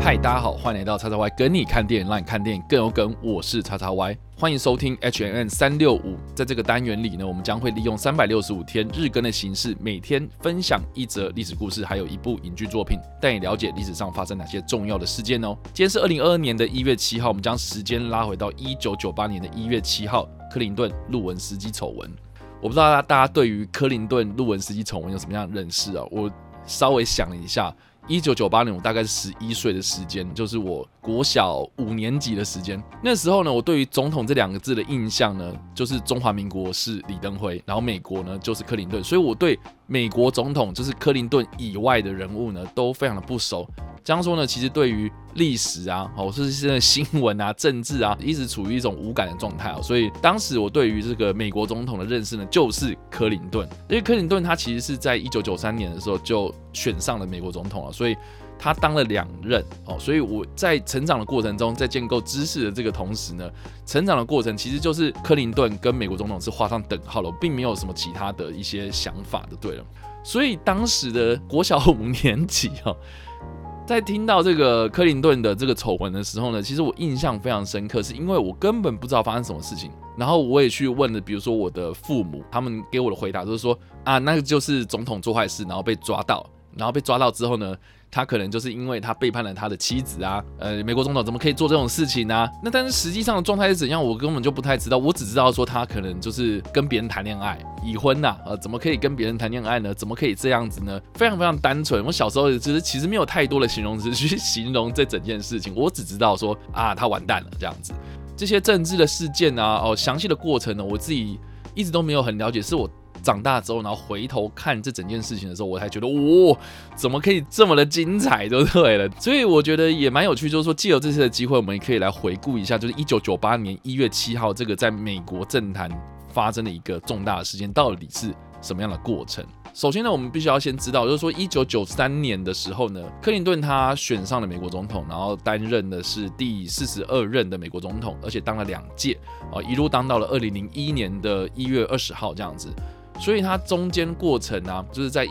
嗨，大家好，欢迎来到叉叉 Y 跟你看电影，让你看电影更有梗。我是叉叉 Y， 欢迎收听 HNN365。在这个单元里呢，我们将会利用365天日更的形式，每天分享一则历史故事，还有一部影剧作品，带你了解历史上发生哪些重要的事件哦。今天是2022年的1月7号，我们将时间拉回到1998年的1月7号，克林顿路文斯基丑闻。我不知道大家对于克林顿路文斯基丑闻有什么样的认识啊？我稍微想了一下。1998年我大概是11岁的时间，就是我国小5年级的时间。那时候呢，我对于总统这2个字的印象呢，就是中华民国是李登辉，然后美国呢就是克林顿，所以我对美国总统就是克林顿以外的人物呢都非常的不熟。这样说呢，其实对于历史啊，或是现在新闻啊、政治啊，一直处于一种无感的状态啊。所以当时我对于这个美国总统的认识呢，就是克林顿。因为克林顿他其实是在1993年的时候就选上了美国总统了，所以他当了2任哦。所以我在成长的过程中，在建构知识的这个同时呢，成长的过程其实就是克林顿跟美国总统是画上等号了，并没有什么其他的一些想法就对了。所以当时的国小5年级哦。在听到这个克林顿的这个丑闻的时候呢，其实我印象非常深刻，是因为我根本不知道发生什么事情。然后我也去问了，比如说我的父母，他们给我的回答就是说啊，那个就是总统做坏事，然后被抓到，然后被抓到之后呢，他可能就是因为他背叛了他的妻子啊，美国总统怎么可以做这种事情啊？那但是实际上的状态是怎样，我根本就不太知道。我只知道说他可能就是跟别人谈恋爱，已婚呐，怎么可以跟别人谈恋爱呢？怎么可以这样子呢？非常非常单纯。我小时候其实没有太多的形容词去形容这整件事情，我只知道说啊，他完蛋了这样子。这些政治的事件啊，详细的过程呢，我自己一直都没有很了解，是我长大之后，然后回头看这整件事情的时候，我才觉得，怎么可以这么的精彩，就对了。所以我觉得也蛮有趣，就是说，藉由这次的机会，我们也可以来回顾一下，就是1998年1月7号这个在美国政坛发生的一个重大的事件，到底是什么样的过程。首先呢，我们必须要先知道，就是说1993年的时候呢，克林顿他选上了美国总统，然后担任的是第42任的美国总统，而且当了2届，一路当到了2001年的1月20号这样子。所以他中间过程啊，就是在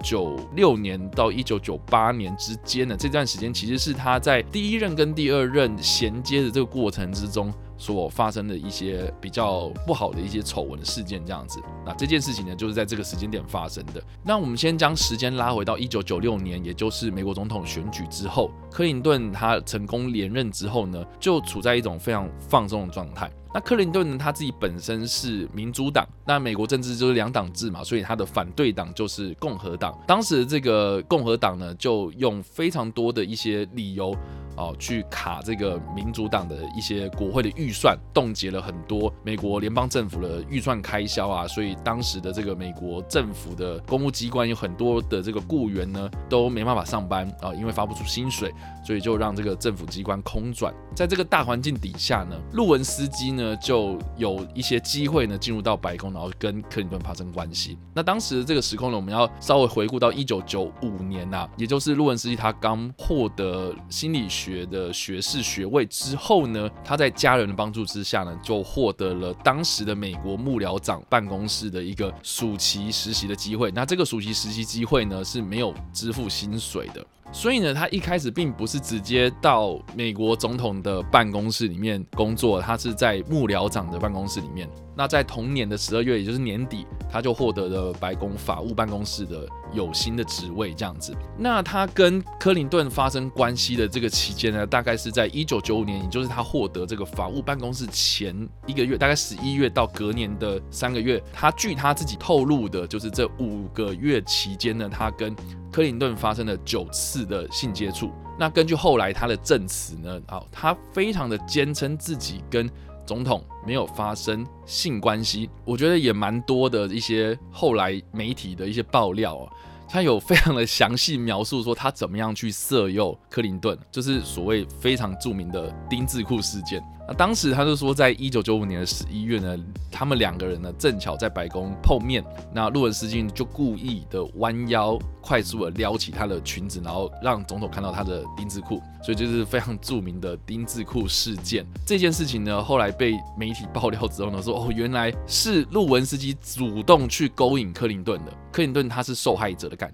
1996年到1998年之间的这段时间，其实是他在第1任跟第2任衔接的这个过程之中所发生的一些比较不好的一些丑闻的事件，这样子。那这件事情呢，就是在这个时间点发生的。那我们先将时间拉回到1996年，也就是美国总统选举之后，克林顿他成功连任之后呢，就处在一种非常放松的状态。那克林顿呢，他自己本身是民主党，那美国政治就是2党制嘛，所以他的反对党就是共和党。当时的这个共和党呢，就用非常多的一些理由去卡这个民主党的一些国会的预算，冻结了很多美国联邦政府的预算开销啊，所以当时的这个美国政府的公务机关有很多的这个雇员呢都没办法上班啊，因为发不出薪水，所以就让这个政府机关空转。在这个大环境底下呢，路文斯基呢就有一些机会呢进入到白宫，然后跟克林顿发生关系。那当时的这个时空呢，我们要稍微回顾到1995年啊，也就是路文斯基他刚获得心理学的学士学位之后呢，他在家人的帮助之下呢，就获得了当时的美国幕僚长办公室的一个暑期实习的机会。那这个暑期实习机会呢是没有支付薪水的。所以呢，他一开始并不是直接到美国总统的办公室里面工作，他是在幕僚长的办公室里面。那在同年的12月，也就是年底，他就获得了白宫法务办公室的有薪的职位，这样子。那他跟克林顿发生关系的这个期间呢，大概是在1995年，也就是他获得这个法务办公室前1个月，大概11月到隔年的3个月。据他自己透露的，就是这5个月期间呢，他跟克林顿发生了9次的性接触。那根据后来他的证词呢，他非常的坚称自己跟总统没有发生性关系。我觉得也蛮多的一些后来媒体的一些爆料他有非常的详细描述说他怎么样去色诱克林顿，就是所谓非常著名的丁字裤事件。当时他就说，在1995年的11月呢，他们2个人呢正巧在白宫碰面，那路文斯基就故意的弯腰，快速的撩起他的裙子，然后让总统看到他的丁字裤，所以就是非常著名的丁字裤事件。这件事情呢，后来被媒体爆料之后呢，说原来是路文斯基主动去勾引克林顿的，克林顿他是受害者的感觉。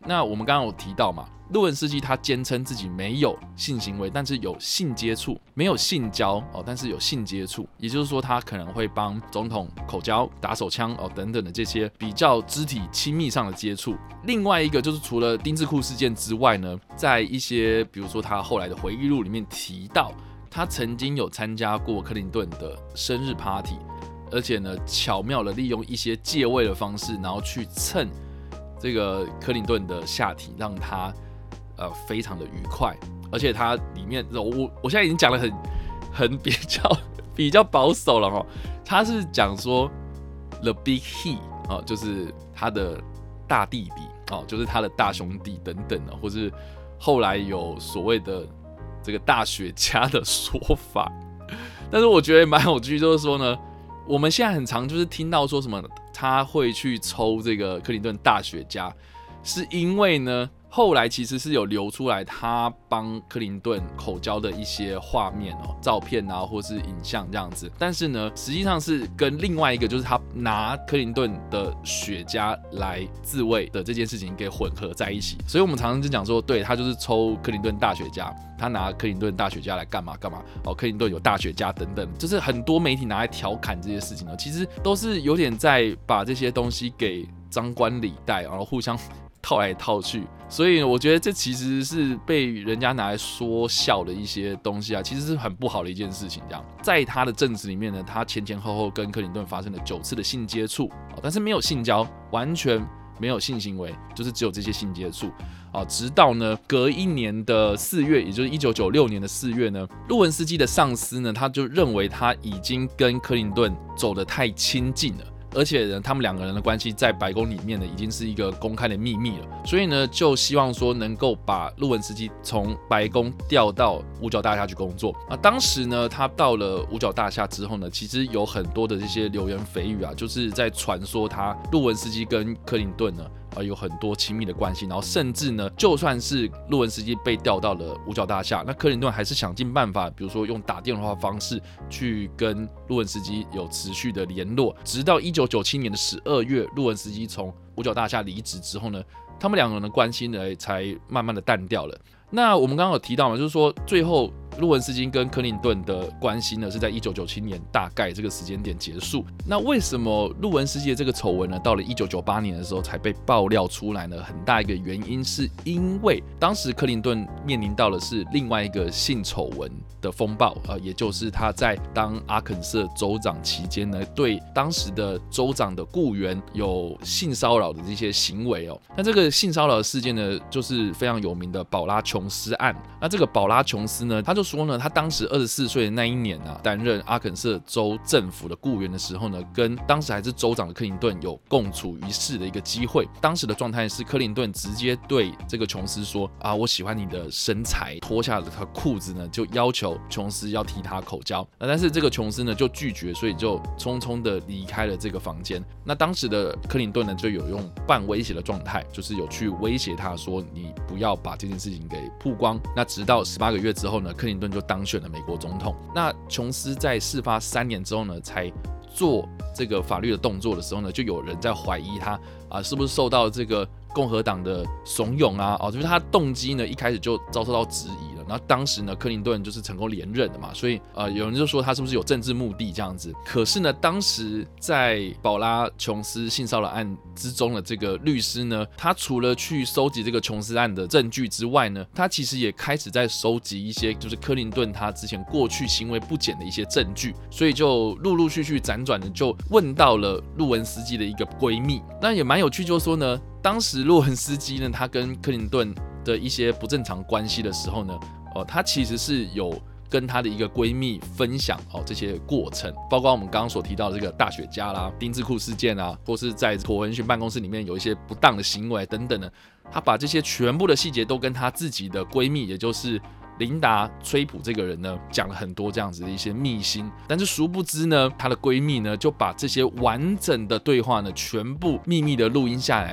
那我们刚刚有提到嘛，路文斯基他坚称自己没有性行为，但是有性接触，没有性交但是有性接触，也就是说他可能会帮总统口交、打手枪等等的这些比较肢体亲密上的接触。另外一个就是除了丁字裤事件之外呢，在一些比如说他后来的回忆录里面提到，他曾经有参加过克林顿的生日 party， 而且呢巧妙的利用一些借位的方式，然后去蹭这个克林顿的下体，让他非常的愉快。而且他里面我现在已经讲得很比较保守了哈，他是讲说 the big he 就是他的大弟弟就是他的大兄弟等等或是后来有所谓的这个大学家的说法。但是我觉得蛮有趣，就是说呢，我们现在很常就是听到说什么他会去抽这个克林顿大学家，是因为呢后来其实是有流出来他帮克林顿口交的一些画面照片或是影像这样子，但是呢实际上是跟另外一个就是他拿克林顿的雪茄来自慰的这件事情给混合在一起。所以我们常常就讲说，对，他就是抽克林顿大雪茄，他拿克林顿大雪茄来干嘛克林顿有大雪茄等等，就是很多媒体拿来调侃这些事情其实都是有点在把这些东西给张冠李戴，然后互相套来套去。所以我觉得这其实是被人家拿来说笑的一些东西其实是很不好的一件事情。这样，在他的证词里面呢，他前后跟克林顿发生了9次的性接触，但是没有性交，完全没有性行为，就是只有这些性接触直到呢隔一年的4月，也就是1996年的4月呢，路文斯基的上司呢，他就认为他已经跟克林顿走得太亲近了，而且呢，他们2个人的关系在白宫里面呢，已经是一个公开的秘密了。所以呢，就希望说能够把路文斯基从白宫调到五角大厦去工作。当时呢，他到了五角大厦之后呢，其实有很多的这些流言蜚语就是在传说路文斯基跟克林顿呢有很多亲密的关系，然后甚至呢，就算是路文斯基被调到了五角大厦，那克林顿还是想尽办法，比如说用打电话的方式去跟路文斯基有持续的联络，直到1997年的12月，路文斯基从五角大厦离职之后呢，他们2个人的关系呢才慢慢的淡掉了。那我们刚刚有提到嘛，就是说最后路文斯基跟克林顿的关系呢是在1997年大概这个时间点结束。那为什么路文斯基的这个丑闻呢，到了1998年的时候才被爆料出来呢？很大一个原因是因为当时克林顿面临到的是另外一个性丑闻的风暴，也就是他在当阿肯色州长期间呢，对当时的州长的雇员有性骚扰的这些行为那这个性骚扰的事件呢，就是非常有名的宝拉琼斯案。那这个宝拉琼斯呢，他就说呢，他当时24岁的那一年担任阿肯色州政府的雇员的时候呢，跟当时还是州长的克林顿有共处一室的一个机会。当时的状态是克林顿直接对这个琼斯说我喜欢你的身材，脱下了他裤子呢，就要求琼斯要替他口交。但是这个琼斯呢就拒绝，所以就匆匆的离开了这个房间。那当时的克林顿呢就有用半威胁的状态，就是有去威胁他说，你不要把这件事情给曝光。那直到18个月之后呢，克林顿就当选了美国总统。那琼斯在事发3年之后呢，才做这个法律的动作的时候呢，就有人在怀疑他是不是受到这个共和党的怂恿就是他动机呢一开始就遭受到质疑了。然后当时呢，克林顿就是成功连任的嘛，所以有人就说他是不是有政治目的这样子。可是呢，当时在宝拉琼斯性骚扰案之中的这个律师呢，他除了去收集这个琼斯案的证据之外呢，他其实也开始在收集一些就是克林顿他之前过去行为不检的一些证据，所以就陆陆续续辗转的就问到了路文斯基的一个闺蜜。那也蛮有趣，就是说呢，当时路文斯基呢，他跟克林顿的一些不正常关系的时候呢，他其实是有跟她的一个闺蜜分享这些过程，包括我们刚刚所提到的这个大雪茄啦、丁字裤事件或是在妥文逊办公室里面有一些不当的行为等等的，她把这些全部的细节都跟她自己的闺蜜，也就是琳达·崔普这个人呢讲了很多这样子的一些秘辛。但是殊不知呢，她的闺蜜呢就把这些完整的对话呢全部秘密的录音下来了，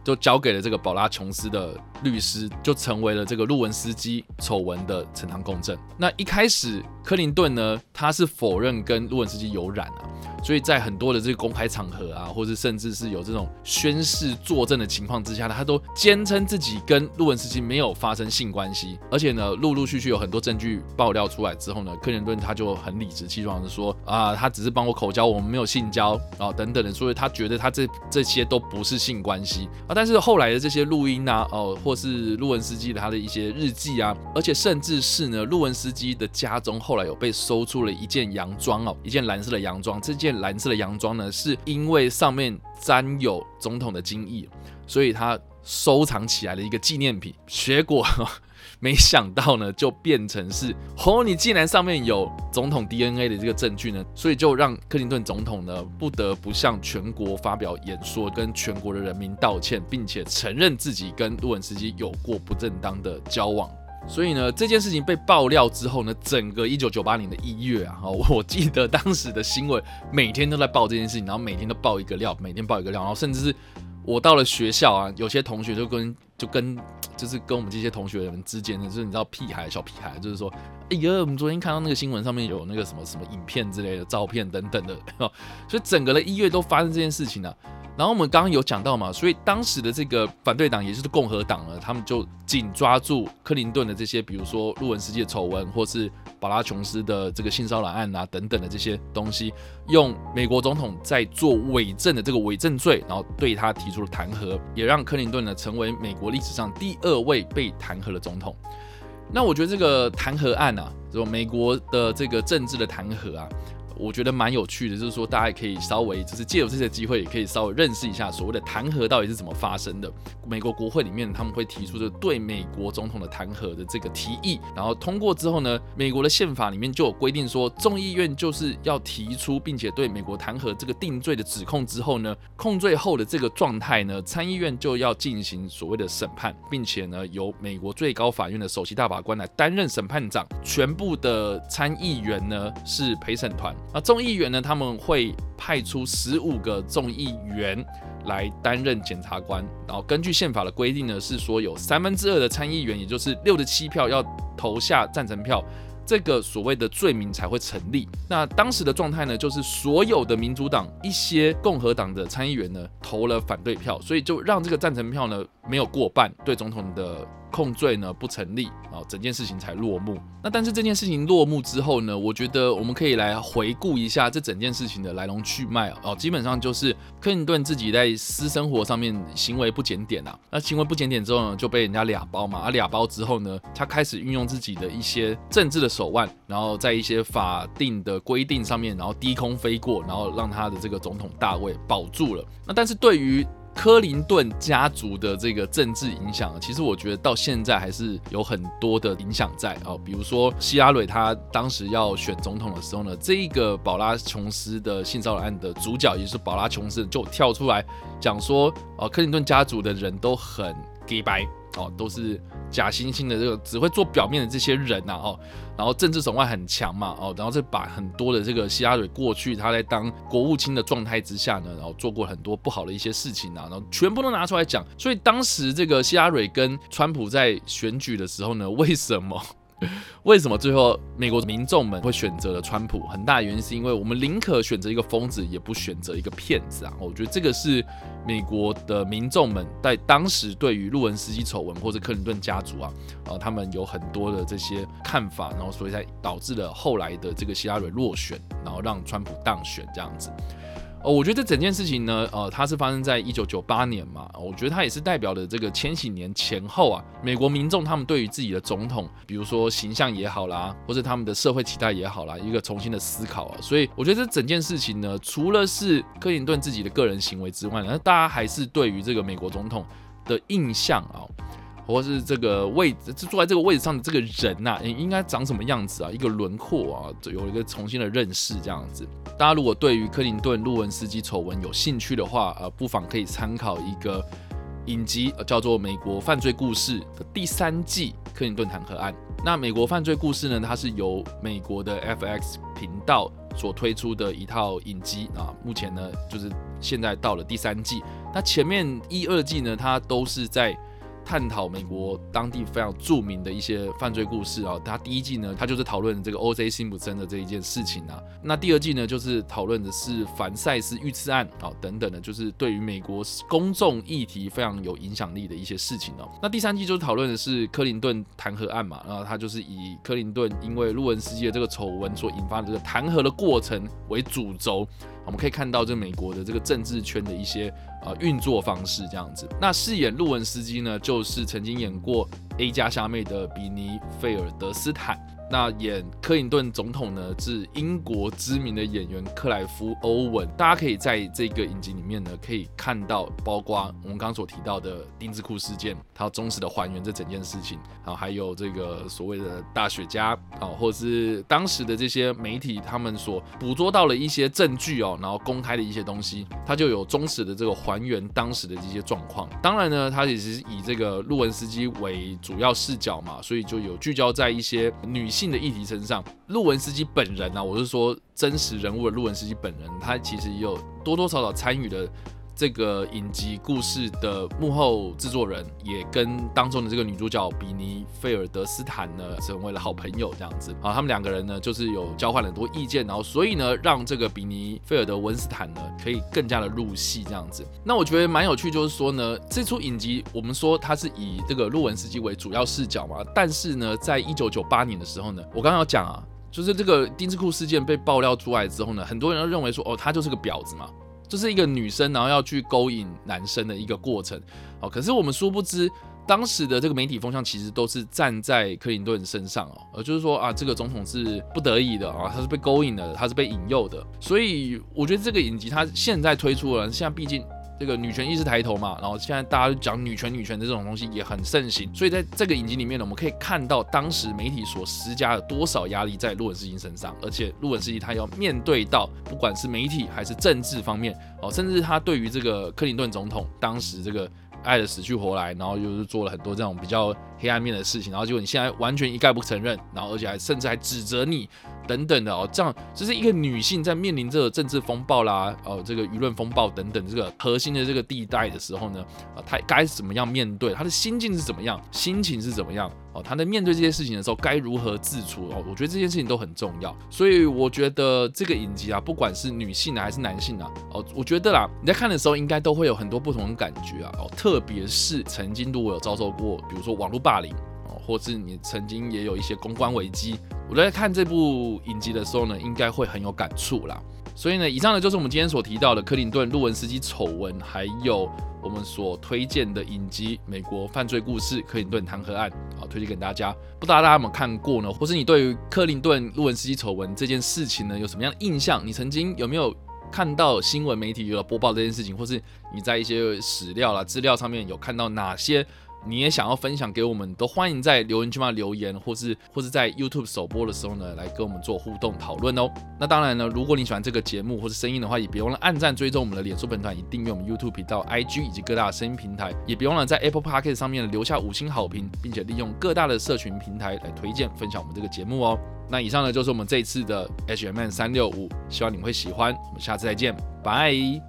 就交给了这个宝拉琼斯的律师，就成为了这个路文斯基丑闻的呈堂供证。那一开始克林顿呢，他是否认跟路文斯基有染啊，所以在很多的这个公开场合啊，或是甚至是有这种宣誓作证的情况之下，他都坚称自己跟路文斯基没有发生性关系。而且呢，陆陆续续有很多证据爆料出来之后呢，克林顿他就很理直气壮的说他只是帮我口交，我们没有性交等等的，所以他觉得他这些都不是性关系但是后来的这些录音或是路文斯基的他的一些日记而且甚至是呢，路文斯基的家中后来有被搜出了一件洋装一件蓝色的洋装。这件蓝色的洋装呢，是因为上面沾有总统的精液，所以他收藏起来的一个纪念品。结果没想到呢，就变成是你竟然上面有总统 DNA 的这个证据呢，所以就让克林顿总统呢不得不向全国发表演说，跟全国的人民道歉，并且承认自己跟路文斯基有过不正当的交往。所以呢，这件事情被爆料之后呢，整个1998年的1月我记得当时的新闻每天都在报这件事情，然后每天都爆一个料，然后甚至是我到了学校有些同学就跟我们这些同学人之间，就是你知道小屁孩，就是说，我们昨天看到那个新闻上面有那个什么影片之类的照片等等的，所以整个的1月都发生这件事情然后我们刚刚有讲到嘛，所以当时的这个反对党，也就是共和党呢，他们就紧抓住克林顿的这些，比如说路文斯基的丑闻，或是宝拉琼斯的这个性骚扰案等等的这些东西，用美国总统在做伪证的这个伪证罪，然后对他提出了弹劾，也让克林顿呢成为美国历史上第2位被弹劾的总统。那我觉得这个弹劾案美国的这个政治的弹劾我觉得蛮有趣的，就是说大家也可以稍微就是借由这些机会，也可以稍微认识一下所谓的弹劾到底是怎么发生的。美国国会里面他们会提出对美国总统的弹劾的这个提议，然后通过之后呢，美国的宪法里面就有规定说，众议院就是要提出并且对美国弹劾这个定罪的指控之后呢，控罪后的这个状态呢，参议院就要进行所谓的审判，并且呢由美国最高法院的首席大法官来担任审判长，全部的参议员呢是陪审团。众议员呢，他们会派出15个众议员来担任检察官，然后根据宪法的规定呢，是说有2/3的参议员，也就是67票要投下赞成票，这个所谓的罪名才会成立。那当时的状态呢，就是所有的民主党、一些共和党的参议员呢投了反对票，所以就让这个赞成票呢没有过半，对总统的控罪呢不成立，整件事情才落幕。那但是这件事情落幕之后呢，我觉得我们可以来回顾一下这整件事情的来龙去脉基本上就是克林顿自己在私生活上面行为不检点那行为不检点之后呢，就被人家俩包嘛，俩包之后呢，他开始运用自己的一些政治的手腕，然后在一些法定的规定上面，然后低空飞过，然后让他的这个总统大位保住了。那但是对于克林顿家族的这个政治影响，其实我觉得到现在还是有很多的影响在比如说希拉蕊他当时要选总统的时候呢，这一个宝拉琼斯的性骚扰案的主角，也就是宝拉琼斯，就跳出来讲说克林顿家族的人都很假掰都是假惺惺的这个只会做表面的这些人然后政治手腕很强嘛然后这把很多的这个希拉蕊过去他在当国务卿的状态之下呢，然后做过很多不好的一些事情然后全部都拿出来讲。所以当时这个希拉蕊跟川普在选举的时候呢，为什么最后美国民众们会选择了川普？很大的原因是因为我们宁可选择一个疯子，也不选择一个骗子我觉得这个是美国的民众们在当时对于路文斯基丑闻或者克林顿家族他们有很多的这些看法，然后所以才导致了后来的这个希拉蕊落选，然后让川普当选这样子。我觉得这整件事情呢，它是发生在1998年嘛，我觉得它也是代表了这个千禧年前后美国民众他们对于自己的总统，比如说形象也好啦，或者他们的社会期待也好啦，一个重新的思考所以我觉得这整件事情呢，除了是克林顿自己的个人行为之外呢，大家还是对于这个美国总统的印象或是这个位置坐在这个位置上的这个人应该长什么样子一个轮廓有一个重新的认识这样子。大家如果对于克林顿路文斯基丑闻有兴趣的话不妨可以参考一个影集叫做《美国犯罪故事》的第3季克林顿弹劾案。那美国犯罪故事呢，它是由美国的 FX 频道所推出的一套影集目前呢就是现在到了第3季。 那前面1、2季呢，它都是在探讨美国当地非常著名的一些犯罪故事啊。他第1季呢，他就是讨论这个 O.J. 辛普森的这一件事情啊。那第2季呢，就是讨论的是凡赛斯遇刺案啊等等的，就是对于美国公众议题非常有影响力的一些事情哦。那第3季就是讨论的是克林顿弹劾案嘛，然后他就是以克林顿因为路文斯基的这个丑闻所引发的这个弹劾的过程为主轴。我们可以看到这美国的这个政治圈的一些运作方式这样子。那饰演路文斯基呢，就是曾经演过 A 加虾妹的比尼费尔德斯坦。那演克林顿总统呢，是英国知名的演员克莱夫·欧文。大家可以在这个影集里面呢，可以看到包括我们刚刚所提到的丁字裤事件，它要忠实的还原这整件事情，还有这个所谓的大雪茄，或者是当时的这些媒体他们所捕捉到了一些证据然后公开的一些东西，它就有忠实的这个还原当时的这些状况。当然呢，它也是以这个路文斯基为主要视角嘛，所以就有聚焦在一些女性的议题身上。路文斯基本人我是说真实人物的路文斯基本人，他其实也有多多少少参与了这个影集故事的幕后制作人，也跟当中的这个女主角比尼费尔德斯坦呢成为了好朋友这样子他们2个人呢就是有交换很多意见，然后所以呢让这个比尼费尔德文斯坦呢可以更加的入戏这样子。那我觉得蛮有趣，就是说呢这出影集我们说它是以这个路文斯基为主要视角嘛，但是呢在1998年的时候呢，我刚刚有讲就是这个丁字裤事件被爆料出来之后呢，很多人都认为说他就是个婊子嘛，就是一个女生然后要去勾引男生的一个过程可是我们殊不知当时的这个媒体风向其实都是站在克林顿身上就是说这个总统是不得已的他是被勾引的，他是被引诱的。所以我觉得这个影集它现在推出了，现在毕竟这个女权意识抬头嘛，然后现在大家讲女权的这种东西也很盛行，所以在这个影集里面呢，我们可以看到当时媒体所施加了多少压力在路文斯基身上，而且路文斯基他要面对到不管是媒体还是政治方面甚至他对于这个克林顿总统当时这个爱得死去活来，然后又是做了很多这种比较黑暗面的事情，然后结果你现在完全一概不承认，然后而且甚至还指责你等等的这样就是一个女性在面临这个政治风暴啦这个舆论风暴等等这个核心的这个地带的时候呢她该怎么样面对，她的心境是怎么样，心情是怎么样她在面对这些事情的时候该如何自处我觉得这件事情都很重要。所以我觉得这个影集不管是女性还是男性我觉得啦你在看的时候应该都会有很多不同的感觉特别是曾经如果有遭受过比如说网络霸凌或是你曾经也有一些公关危机，我在看这部影集的时候呢应该会很有感触啦。所以呢以上呢就是我们今天所提到的克林顿路文斯基丑闻，还有我们所推荐的影集美国犯罪故事克林顿弹劾案推荐给大家。不知道大家有没有看过呢，或是你对于克林顿路文斯基丑闻这件事情呢有什么样的印象，你曾经有没有看到新闻媒体有播报这件事情，或是你在一些史料啦资料上面有看到哪些你也想要分享给我们，都欢迎在留言区留言，或是在 YouTube 首播的时候呢，来跟我们做互动讨论那当然呢，如果你喜欢这个节目或是声音的话，也别忘了按赞、追踪我们的脸书粉团，以订阅我们 YouTube 频道、IG 以及各大的声音平台，也别忘了在 Apple Podcast 上面留下5星好评，并且利用各大的社群平台来推荐分享我们这个节目那以上呢就是我们这一次的 HMM 365，希望你会喜欢，我们下次再见，拜。